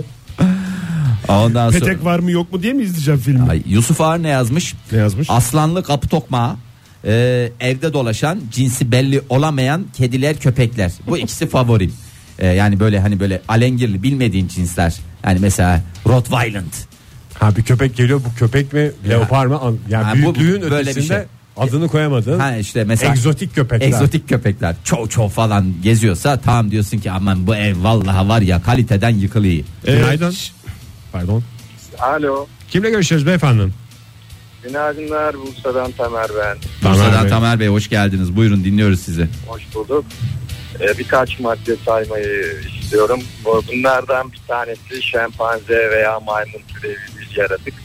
Ondan sonra Petek var mı yok mu diye mi izleyeceğim filmi? Ay, Yusuf Ağar ne yazmış? Ne yazmış? Aslanlı kapı tokmağı. Evde dolaşan cinsi belli olamayan kediler, köpekler. Bu ikisi favorim. Yani böyle hani böyle alengirli bilmediğin cinsler. Yani mesela Rottweiler. Ha, bir köpek geliyor, bu köpek mi leopar mı? Yani Ha, büyüklüğün bu böyle bir ötesinde şey. adını koyamadın. Ha işte mesela Egzotik köpekler. egzotik köpekler çoğu falan geziyorsa tamam diyorsun ki aman bu ev vallahi var ya kaliteden yıkılıyor. Günaydın. Pardon. Alo. Kimle görüşüyoruz beyefendi? Günaydınlar, Bursa'dan Tamer ben. Bursa'dan Bey. Tamer Bey hoş geldiniz. Buyurun dinliyoruz sizi. Hoş bulduk. Birkaç madde saymayı istiyorum. Bunlardan bir tanesi şempanze veya maymun türevi bir yaratık.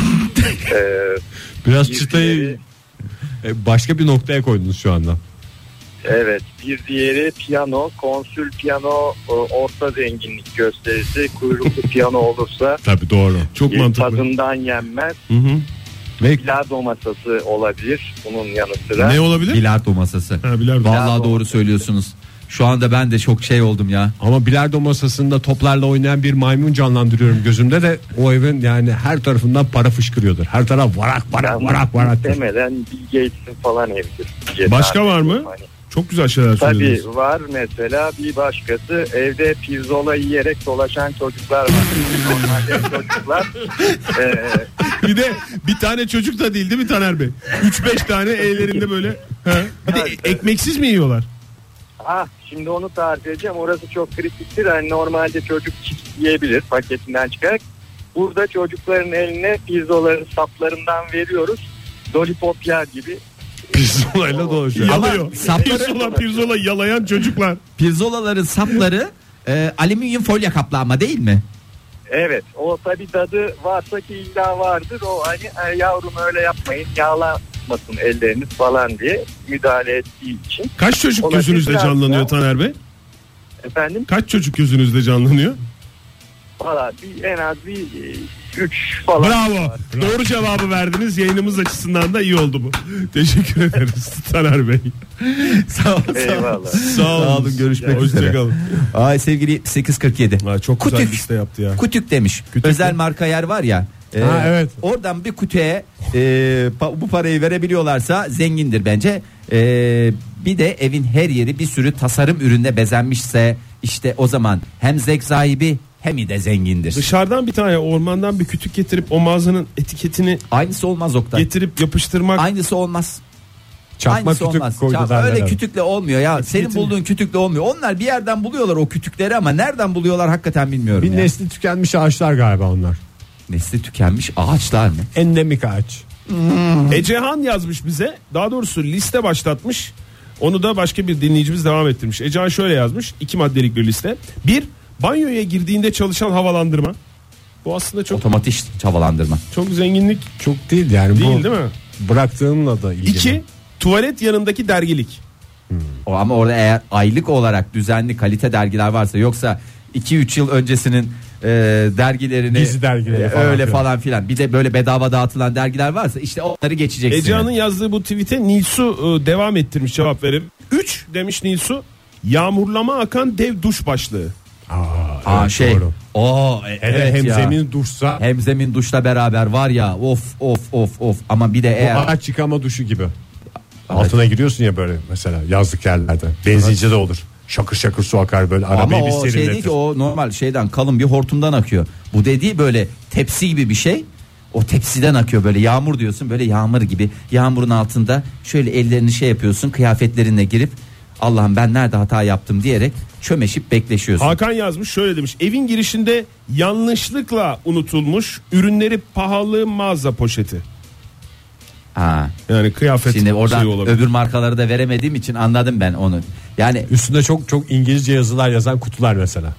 Biraz Bir çıtayı başka bir noktaya koydunuz şu anda. Evet, bir diğeri piyano, konsül piyano, orta zenginlik gösterisi. Kuyruklu piyano olursa Tabii doğru. Çok mantıklı. tadından yenmez. Hı hı. Ve Bilardo masası olabilir bunun yanı sıra. Ne olabilir? Bilardo masası. Ha, bilardo. Vallahi Bilardo doğru masası. söylüyorsunuz. Şu anda ben de çok şey oldum ya. Ama bilardo masasında toplarla oynayan bir maymun canlandırıyorum gözümde de o evin yani her tarafından para fışkırıyordur. Her taraf varak varak varak varak. Demeden Bill Gates'in falan evidir. Başka var mı? Hani. Çok güzel şeyler söylediniz. Tabii var, mesela bir başkası evde pirzola yiyerek dolaşan çocuklar var. Normalde çocuklar Bir de bir tane çocuk da değil mi Taner Bey? 3-5 tane ellerinde böyle. Bir de ekmeksiz mi yiyorlar? Şimdi onu tarif edeceğim. Orası çok kritiktir. Yani normalde çocuk çift yiyebilir paketinden çıkarak. Burada çocukların eline pirzoların saplarından veriyoruz. Lollipop yer gibi. Pirzolayla dolaşıyor. Yalıyor. Pirzola yalayan çocuklar. Pirzolaların sapları alüminyum folyo kaplı ama değil mi? Evet, o tabii tadı varsa ki illa vardır. O hani yavrum öyle yapmayın, yağlamasın elleriniz falan diye müdahale ettiği için. Kaç çocuk gözünüzde canlanıyor Taner Bey? Efendim? Kaç çocuk gözünüzde canlanıyor? Valla en az 3 falan. Bravo. Doğru cevabı verdiniz. Yayınımız açısından da iyi oldu bu. Teşekkür ederiz Taner Bey. Sağ olun. Eyvallah. Sağ olun. Görüşmek üzere. Hoşçakalın. Ay sevgili 847. Çok güzel liste yaptı ya. Kutuk demiş. Özel marka yer var ya. Evet. Oradan bir kutuya bu parayı verebiliyorlarsa zengindir bence. Bir de evin her yeri bir sürü tasarım ürünle bezenmişse işte o zaman hem zevk sahibi hem de zengindir. Dışarıdan bir tane ormandan bir kütük getirip o mağazanın etiketini aynısı olmaz Oktay. getirip yapıştırmak. Aynısı olmaz. Çakma Aynısı kütük olmaz. koydu Öyle kütükle olmuyor ya. Senin bulduğun kütükle olmuyor. Onlar bir yerden buluyorlar o kütükleri ama nereden buluyorlar hakikaten bilmiyorum. Bir ya. nesli tükenmiş ağaçlar galiba onlar. Nesli tükenmiş ağaçlar mı? Endemik ağaç. Ecehan yazmış bize. Daha doğrusu liste başlatmış. Onu da başka bir dinleyicimiz devam ettirmiş. Ecehan şöyle yazmış. 2 maddelik bir liste. 1. Banyoya girdiğinde çalışan havalandırma. Bu aslında çok Otomatik havalandırma. çok zenginlik Çok değil yani değil bu. değil mi? Bıraktığınla da ilgili. 2. Tuvalet yanındaki dergilik. Ama orada eğer aylık olarak düzenli kalite dergiler varsa, yoksa 2-3 yıl öncesinin dergilerini Gizli dergileri falan öyle filan. falan filan, bir de böyle bedava dağıtılan dergiler varsa işte onları geçeceksin. Ecehan'ın yazdığı bu tweet'e Nilsu devam ettirmiş cevap verir. 3 demiş Nilsu. Yağmurlama akan dev duş başlığı. Evet, şey. doğru. Evet hem ya. zemin duşsa Hem zemin duşla beraber var ya, of ama bir de bu eğer ağaç yıkama duşu gibi. Altına giriyorsun ya böyle mesela yazlık yerlerde. Benzinci de olur. Şakır şakır su akar böyle ama arabayı bir o şey serinletir. değil ki, o normal şeyden kalın bir hortumdan akıyor. Bu dediği böyle tepsi gibi bir şey. O tepsiden akıyor böyle, yağmur diyorsun, böyle yağmur gibi. Yağmurun altında şöyle ellerini şey yapıyorsun, kıyafetlerinle girip Allah'ım ben nerede hata yaptım diyerek çömeşip bekleşiyorsun. Hakan yazmış şöyle demiş. Evin girişinde yanlışlıkla unutulmuş ürünleri pahalı mağaza poşeti. Ha. Yani kıyafet Şimdi oradan olabilir. öbür markaları da veremediğim için anladım ben onu. Yani Üstünde çok İngilizce yazılar yazan kutular mesela.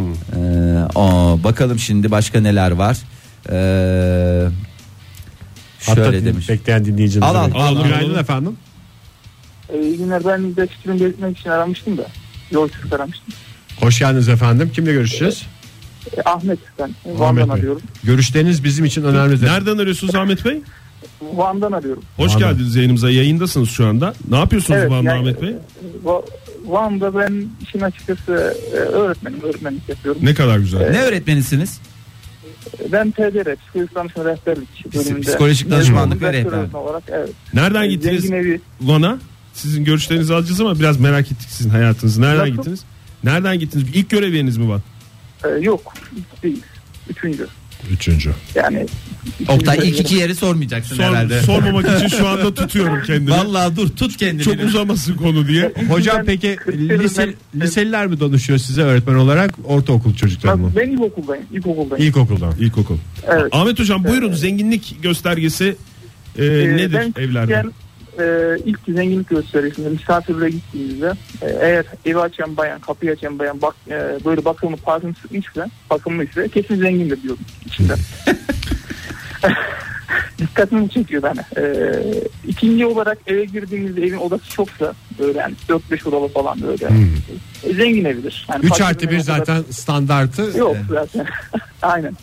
bakalım şimdi başka neler var. Hatta Şöyle demiş. bekleyen dinleyicimiz. Al. Günaydın efendim. İyi günler, ben de fikrimi belirtmek için aramıştım da. Yolculuk aramıştım. Hoş geldiniz efendim. Kimle görüşeceğiz? Ahmet, ben Ahmet Van'dan Bey. arıyorum. Görüşleriniz bizim için önemlidir. Nereden arıyorsunuz Ahmet Bey? Van'dan arıyorum. Hoş Van'dan. geldiniz yayınımıza. Yayındasınız şu anda. Ne yapıyorsunuz Evet, Van'da yani, Ahmet Bey? Van'da ben işin açıkçası öğretmenlik yapıyorum. Ne kadar güzel. Ne öğretmenisiniz? Ben PDR, psikolojik danışma rehberlik bölümünde. Psikolojik danışmanlık ve rektör rehber. öğretmen olarak, evet. Nereden gittiniz Zengin evi. Van'a? Sizin görüşlerinizi alacağız ama biraz merak ettik sizin hayatınızı. Nereden Nasıl? gittiniz? Nereden gittiniz? İlk görev yeriniz mi var? Yok, değil. Üçüncü. Yani Oktay ilk iki yeri sormayacaksın herhalde. Sormamak için şu anda tutuyorum kendimi. Vallahi dur, tut kendini. Çok uzamasın konu diye. Hocam peki liseliler mi danışıyor size öğretmen olarak, ortaokul çocukları mı? Ben ilkokuldayım. İlkokuldan. İlkokul. Evet. Ahmet hocam buyurun, zenginlik göstergesi nedir ben evlerde? Yani, ilk zenginlik gösterisinde misafirliğe gittiğimizde eğer evi açan bayan, kapıyı açan bayan böyle bakımlı parfüm sıkmışsa, bakımlıysa kesin zengindir diyordum içinden. Dikkatimi çekiyor hani. İkinci olarak eve girdiğimizde evin odası çoksa böyle yani 4-5 odalı falan böyle zengin evidir. Yani 3+1 zaten standartı. yok zaten. Aynen.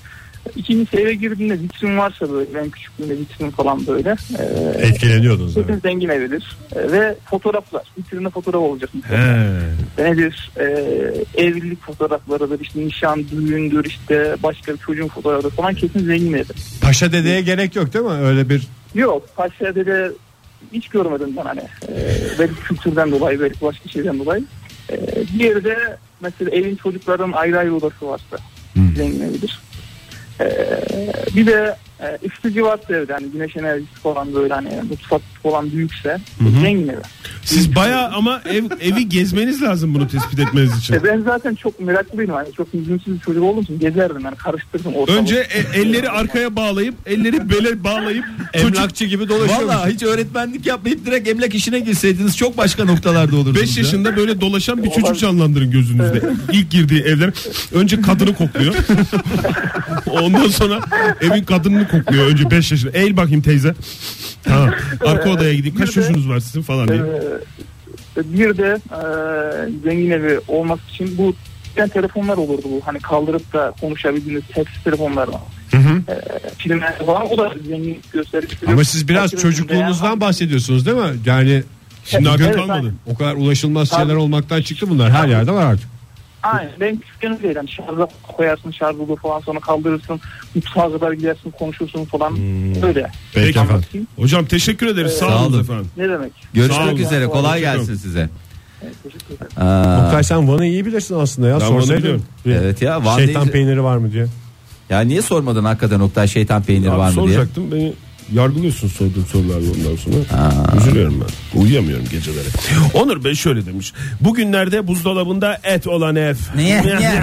İkincisi eve girdiğinde vitrin varsa böyle, ben küçüklüğümde vitrin falan böyle. Etkileniyordunuz. Kesin zengin evidir. Ve fotoğraflar. Vitrinde fotoğraf olacak. Nedir? Evlilik fotoğraflarıdır, işte nişan, düğündür, işte başka bir çocuğun fotoğrafı falan kesin zengin evidir. Paşa dedeye gerek yok değil mi? Öyle bir... Yok, Paşa dede hiç görmedim ben hani. Belki kültürden dolayı, belki başka şeyden dolayı. Diğeri de mesela evin çocukların ayrı ayrı odası varsa zengin evidir. Bir de ısıtıcı varsa evde, hani güneş enerjisi falan böyle, hani mutfak falan büyükse zengin evi. Siz bayağı ama evi gezmeniz lazım bunu tespit etmeniz için. Ben zaten çok meraklıyım, hani çok üzümsüz bir çocuk olduğum için gezerdim, yani karıştırdım ortalığı. Önce elleri arkaya bağlayıp, elleri bele bağlayıp emlakçı gibi dolaşıyormuş. Valla hiç öğretmenlik yapmayıp direkt emlak işine girseydiniz çok başka noktalarda olurdunuz. 5 yaşında böyle dolaşan bir çocuk canlandırın gözünüzde. İlk girdiği evler önce kadını kokluyor. Ondan sonra evin kadınını kokluyor önce 5 yaşında. Eğil bakayım teyze. Tamam. Arka odaya gideyim. Kaç çocuğunuz var sizin falan diye. Bir de zengin evi olmak için bu telefonlar olurdu bu. Hani kaldırıp da konuşabildiğiniz text telefonlar var. Filmler falan, o da zengin gösterisi. Ama siz biraz çocukluğunuzdan bahsediyorsunuz değil mi? Yani şimdi akıl evet, kalmadı. O kadar ulaşılmaz şeyler olmaktan çıktı bunlar. Her yerde var artık. Aynen, ben küçükken öyleydi. Yani şarja koyarsın, şarj olur falan, sonra kaldırırsın, mutfağa kadar gidersin, konuşursun falan. Öyle. Peki efendim. Hocam teşekkür ederiz. Sağ olun efendim. Ne demek? Görüşmek üzere. Kolay gelsin size. Evet, teşekkür ederim. Oktay, sen Van'ı iyi bilirsin aslında ya. Ben Van'ı Sorsaydın. biliyorum. Evet ya, Van Şeytan deyince... peyniri var mı diye. Ya niye sormadın hakikaten Oktay, şeytan peyniri var mı diye? Soracaktım, beni yargılıyorsun sorduğum sorularla ondan sonra. Üzülüyorum ben. Uyuyamıyorum geceleri. Onur Bey şöyle demiş. Bugünlerde buzdolabında et olan ev. Niye?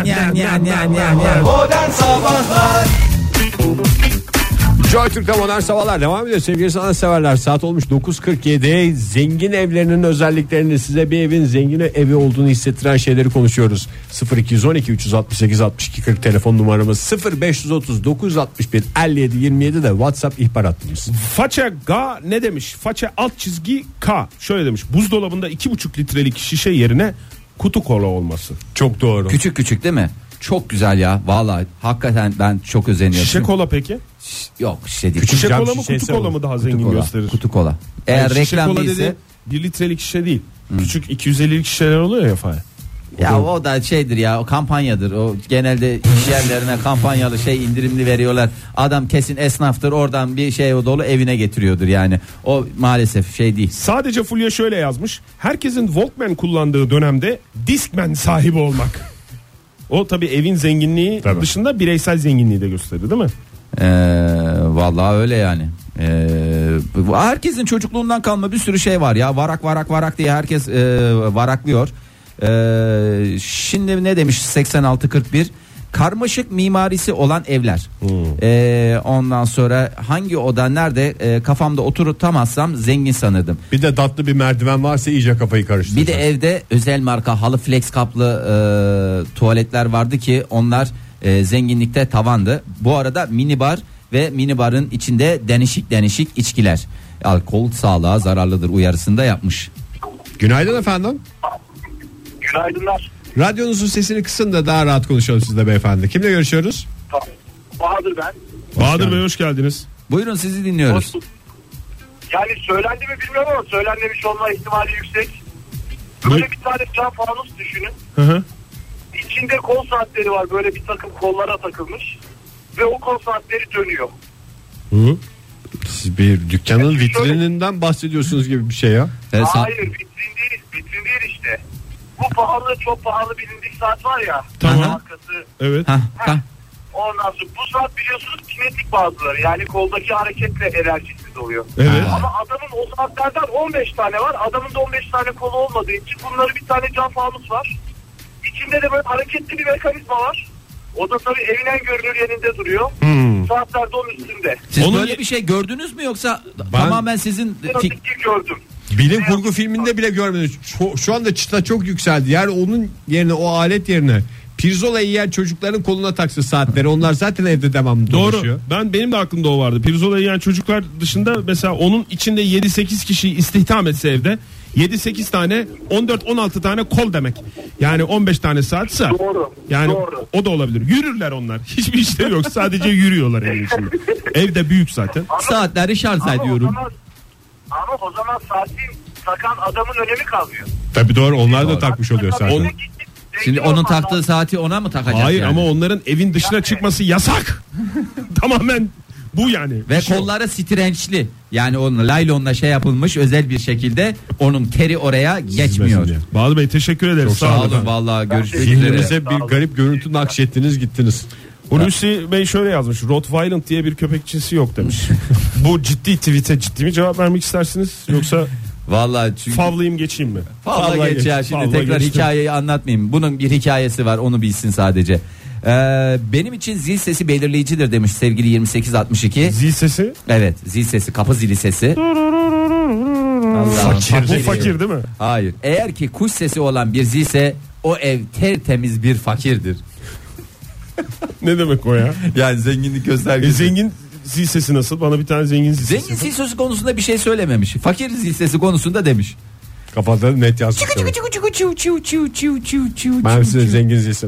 Modern Sabahlar. Joy Türk'te modern sabahlar devam ediyor sevgili sanatseverler. Saat olmuş 9.47. Zengin evlerinin özelliklerini, size bir evin zengin evi olduğunu hissettiren şeyleri konuşuyoruz. 0212 368 62 40 telefon numaramız, 0530 961 57 27 de WhatsApp ihbar hattımız. Faça Ga ne demiş? Faça alt çizgi K şöyle demiş. Buzdolabında 2,5 litrelik şişe yerine kutu kola olması. Çok doğru. Küçük küçük değil mi? Çok güzel ya. Vallahi hakikaten ben çok özeniyorum. Şişe kola peki? Yok şişe değil. Şişe cam kola mı şişesi kutu kola mı daha Kutu zengin kola. gösterir? Kutu kola. Eğer Yani şişe reklam kola değilse. dedi, 1 litrelik şişe değil. Küçük 250'lik şişeler oluyor ya Fahir. Ya o da şeydir ya, o kampanyadır. O genelde iş yerlerine kampanyalı indirimli veriyorlar. Adam kesin esnaftır, oradan bir şey o dolu evine getiriyordur yani. O maalesef değil. Sadece Fulya şöyle yazmış. Herkesin Walkman kullandığı dönemde Discman sahibi olmak. O tabii evin zenginliği dışında bireysel zenginliği de gösterir değil mi? Vallahi öyle yani. Herkesin çocukluğundan kalma bir sürü şey var ya. Varak diye herkes varaklıyor. Şimdi ne demiş 8641? Karmaşık mimarisi olan evler. Ondan sonra hangi oda nerede kafamda oturtamazsam zengin sanırdım. Bir de tatlı bir merdiven varsa iyice kafayı karıştırır. Bir de evde özel marka halı flex kaplı tuvaletler vardı ki onlar zenginlikte tavandı. Bu arada minibar ve minibarın içinde denişik içkiler. Alkol sağlığa zararlıdır uyarısında yapmış. Günaydın efendim. Günaydınlar. Radyonuzun sesini kısın da daha rahat konuşalım sizle beyefendi. Kimle görüşüyoruz? Bahadır ben. Bahadır Bey hoş geldiniz. Buyurun sizi dinliyoruz. Yani söylendi mi bilmiyorum ama söylenmemiş olma ihtimali yüksek. Böyle bir tane cam fanus düşünün. Hı. İçinde kol saatleri var, böyle bir takım kollara takılmış. Ve o kol saatleri dönüyor. Siz bir dükkanın vitrininden bahsediyorsunuz gibi bir şey ya. Hayır, vitrin değil işte. Bu pahalı, çok pahalı bilindik saat var ya. Tamam. Markası. Evet. Ondan sonra bu saat biliyorsunuz kinetik bazıları, yani koldaki hareketle enerjisiz oluyor. Evet. Ama adamın o saatlerden 15 tane var. Adamın da 15 tane kolu olmadığı için bunları bir tane cam fanus var. İçinde de böyle hareketli bir mekanizma var. O da tabii evin en görünür yerinde duruyor. Saatler de onun üstünde. Siz böyle bir şey gördünüz mü yoksa tamamen sizin gördüm. Bilim kurgu filminde bile görmedim. Şu anda çıta çok yükseldi. Yani onun yerine, o alet yerine pirzola yiyen çocukların koluna taksa saatleri, onlar zaten evde devamlı dolaşıyor. Doğru. Benim de aklımda o vardı. Pirzola yiyen çocuklar dışında mesela onun içinde 7-8 kişiyi istihdam etse evde 7-8 tane 14-16 tane kol demek. Yani 15 tane saat sığar. Doğru. Yani Doğru. o da olabilir. Yürürler onlar. Hiçbir işleri yok. Sadece yürüyorlar evin içinde. Ev de büyük zaten. Saatleri şarj ediyorum. Ama o zaman saati takan adamın önemi kalmıyor. Tabii doğru, onlar da takmış oluyor zaten. Şimdi onun taktığı saati ona mı takacak? Hayır yani? ama onların evin dışına çıkması yasak. Tamamen bu yani. Ve kolları strençli. Yani onun laylonla şey yapılmış özel bir şekilde, onun teri oraya geçmiyor. Bağlı Bey teşekkür ederiz. Çok Sağ olun vallahi, görüşmek üzere. Zihnimize bir garip görüntü nakşettiniz gittiniz. Hulusi Bey şöyle yazmış. Rottweiler diye bir köpek cinsi yok demiş. Bu ciddi tweet'e ciddi mi cevap vermek istersiniz? Yoksa Vallahi çünkü favlayayım geçeyim mi? fazla geç ya, şimdi Fazla tekrar geçtim. hikayeyi anlatmayayım. Bunun bir hikayesi var, onu bilsin sadece. Benim için zil sesi belirleyicidir demiş sevgili 2862. Zil sesi? Evet, zil sesi, kapı zili sesi. Bu fakir değil mi? Hayır. Eğer ki kuş sesi olan bir zilse o ev tertemiz bir fakirdir. Ne demek o ya? Yani zenginlik göstergesi. Zengin zil sesi nasıl? Bana bir tane zengin zil sesi. Zengin zil sesi konusunda bir şey söylememiş. Fakir zil sesi konusunda demiş. Kafada net yazmış. Ben size zengin zilse.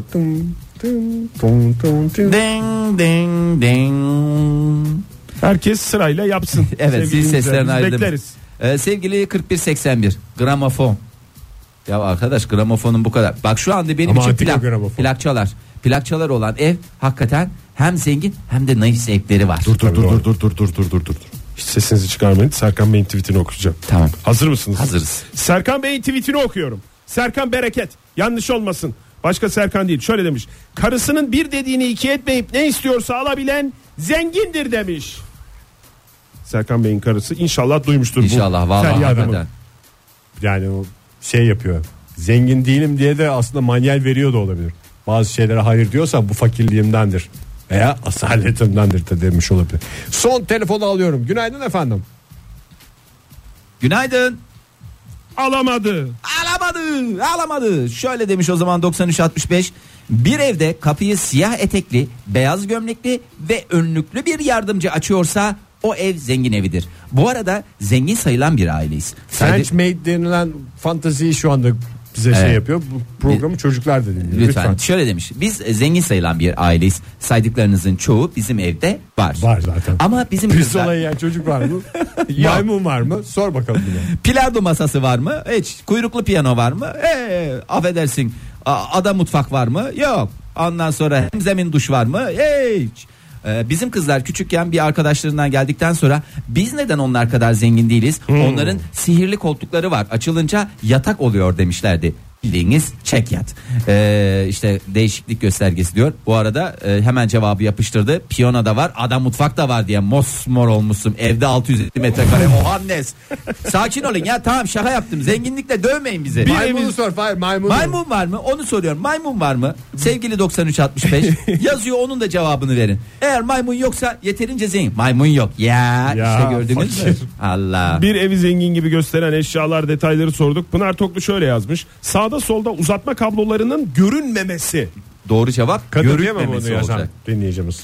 Ding ding ding. Herkes sırayla yapsın. Evet, zil seslerini Biz ayırdım. bekleriz. Sevgili 4181 gramofon. Ya arkadaş, gramofonun bu kadar. Bak şu anda benim Ama için antika gramofon. plakçalar olan ev hakikaten hem zengin hem de naif zevkleri var. Dur. Hiç sesinizi çıkarmayın. Serkan Bey'in tweetini okuyacağım. Tamam. Hazır mısınız? Hazırız. Serkan Bey'in tweetini okuyorum. Serkan Bereket. Yanlış olmasın. Başka Serkan değil. Şöyle demiş. Karısının bir dediğini iki etmeyip ne istiyorsa alabilen zengindir demiş. Serkan Bey'in karısı inşallah duymuştur. İnşallah, bu vallahi feryadımı. hakikaten. Yani o şey yapıyor. Zengin değilim diye de aslında manyel veriyor da olabilir. Bazı şeylere hayır diyorsa bu fakirliğimdendir veya asaletimdendir de demiş olabilir. Son telefonu alıyorum. Günaydın efendim. Günaydın. Alamadı. Alamadı. Şöyle demiş o zaman 9365. Bir evde kapıyı siyah etekli, beyaz gömlekli ve önlüklü bir yardımcı açıyorsa o ev zengin evidir. Bu arada zengin sayılan bir aileyiz. French Maid denilen fanteziyi şu anda bize şey yapıyor. Bu programı çocuklar da dinliyor. Lütfen. Şöyle demiş. Biz zengin sayılan bir aileyiz. Saydıklarınızın çoğu bizim evde var. Var zaten. Ama bizim Pirzola yiyen çocuk var mı? Maymun var mı? Sor bakalım bunu. Bilardo masası var mı? Hiç. Kuyruklu piyano var mı? Affedersin. Ada mutfak var mı? Yok. Ondan sonra hemzemin duş var mı? Hiç. Bizim kızlar küçükken bir arkadaşlarından geldikten sonra biz neden onlar kadar zengin değiliz? Onların sihirli koltukları var. Açılınca yatak oluyor demişlerdi. Bildiğiniz çek yat. İşte değişiklik göstergesi diyor. Bu arada hemen cevabı yapıştırdı. Piyano da var, ada mutfak da var diye mosmor olmuşsun. Evde 650 metrekare. O annes. Sakin olun ya, tamam şaka yaptım. Zenginlikle dövmeyin bizi. Maymunu sor. Hayır, maymun var mı? Onu soruyorum. Maymun var mı? Sevgili 9365 yazıyor, onun da cevabını verin. Eğer maymun yoksa yeterince zengin. Maymun yok. Ya işte gördünüz mü? Allah. Bir evi zengin gibi gösteren eşyalar, detayları sorduk. Pınar Toklu şöyle yazmış. Sağda solda uzatma kablolarının görünmemesi. Doğru cevap. Kadın diyemem onu Görünmemesi yazan olacak. dinleyicimiz.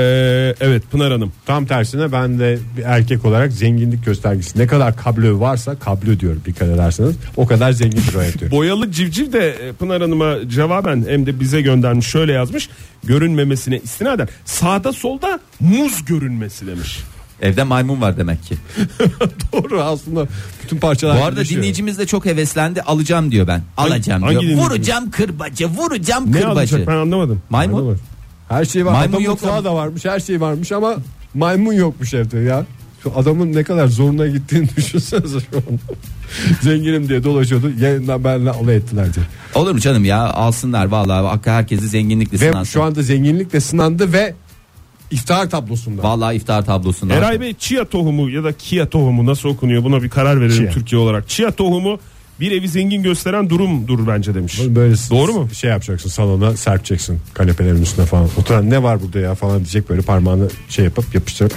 Evet Pınar Hanım. Tam tersine ben de bir erkek olarak zenginlik göstergesi. Ne kadar kablo varsa, kablo diyor dikkat ederseniz, o kadar zengindir o ev diyor. Boyalı Civciv de Pınar Hanım'a cevaben hem de bize göndermiş, şöyle yazmış. Görünmemesine istinaden sağda solda muz görünmesi demiş. Evde maymun var demek ki. Doğru, aslında bütün parçalar. Bu arada dinleyicimiz de çok heveslendi, alacağım diyor ben. Alacağım hangi diyor. Vuracağım kırbacı, vuracağım Ne kırbacı. alacak ben anlamadım. Maymun. Her şey var. Maymun Adamın yok mutfağı ama. da varmış, her şey varmış ama maymun yokmuş evde ya. Şu adamın ne kadar zoruna gittiğini düşünsenize şu an. Zenginim diye dolaşıyordu. Yayından benimle alay ettiler diye. Olur mu canım ya, alsınlar vallahi, herkesi zenginlikle Ve sınansın. şu anda zenginlikle sınandı ve iftihar tablosunda. Vallahi iftar tablosunda. Eray Bey, chia tohumu ya da kia tohumu nasıl okunuyor, buna bir karar verelim Chia. Türkiye olarak. Chia tohumu bir evi zengin gösteren durumdur bence demiş. Böyle Doğru mu? Şey yapacaksın, salona serpeceksin kanepelerin üstüne falan. Oturan ne var burada ya falan diyecek, böyle parmağını şey yapıp yapıştırıp.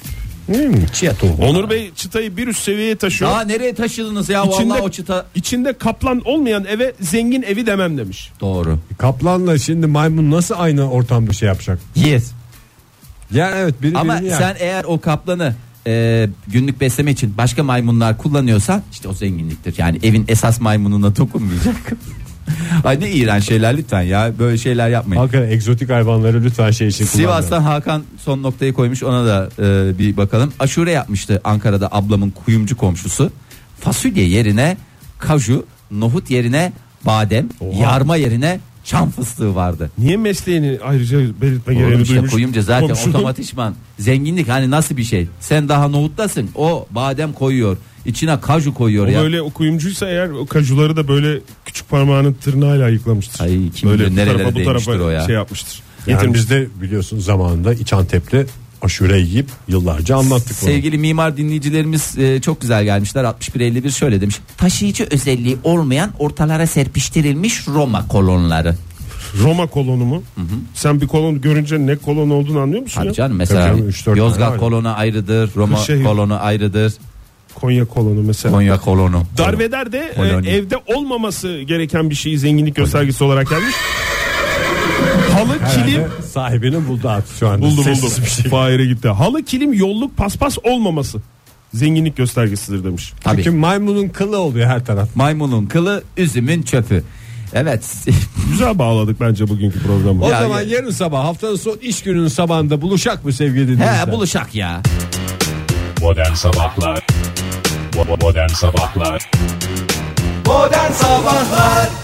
Chia tohumu. Onur Bey çıtayı bir üst seviyeye taşıyor. Daha nereye taşıdınız ya, vallahi o çıta. İçinde kaplan olmayan eve zengin evi demem demiş. Doğru. Kaplanla şimdi maymun nasıl aynı ortamda şey yapacak? Yes. Yani evet, biri Ama birini yer. sen eğer o kaplanı günlük besleme için başka maymunlar kullanıyorsa işte o zenginliktir. Yani evin esas maymununa dokunmayacak. Ay ne iğrenç şeyler lütfen ya, böyle şeyler yapmayın. Hakikaten egzotik hayvanları lütfen şey için kullanmayın. Sivas'tan Hakan son noktayı koymuş, ona da bir bakalım. Aşure yapmıştı Ankara'da ablamın kuyumcu komşusu. Fasulye yerine kaju, nohut yerine badem, yarma yerine çam fıstığı vardı. Niye mesleğini ayrıca belirtme Oğlum gereği işte duymuş? kuyumcu zaten Komşunun. otomatikman zenginlik, hani nasıl bir şey? Sen daha nohuttasın, o badem koyuyor, içine kaju koyuyor O ya. böyle o kuyumcuysa eğer o kajuları da böyle küçük parmağının tırnağıyla ayıklamıştır. Ay, kim böyle bilir nerelere bu değmiştir tarafa o ya. şey yapmıştır. Yani biz de biliyorsun zamanında İç Antep'te aşure yiyip yıllarca anlattık. Sevgili mimar dinleyicilerimiz çok güzel gelmişler. 6151 şöyle demiş: taşıyıcı özelliği olmayan ortalara serpiştirilmiş Roma kolonları. Roma kolonu mu? Hı. Sen bir kolon görünce ne kolon olduğunu anlıyor musun? Tabii ya? canım, mesela Tabii canım, Yozgat kolonu ayrıdır, Roma Kırşehir. kolonu ayrıdır, Konya kolonu mesela. Konya kolonu. Darveder de Koloni. evde olmaması gereken bir şeyi zenginlik göstergesi olarak gelmiş. Halı, kilim. Sahibini buldu artık şu anda. Buldum. Sessiz bir şey. Fahir'e gitti. Halı, kilim, yolluk, paspas olmaması zenginlik göstergesidir demiş. Tabii. Çünkü maymunun kılı oluyor her taraf. Maymunun kılı, üzümün çöpü. Evet. Güzel bağladık bence bugünkü programı. O Ya, zaman yarın sabah, haftanın son iş gününün sabahında buluşak mı sevgili dinleyiciler? He, buluşak ya. Modern Sabahlar. Modern Sabahlar. Modern Sabahlar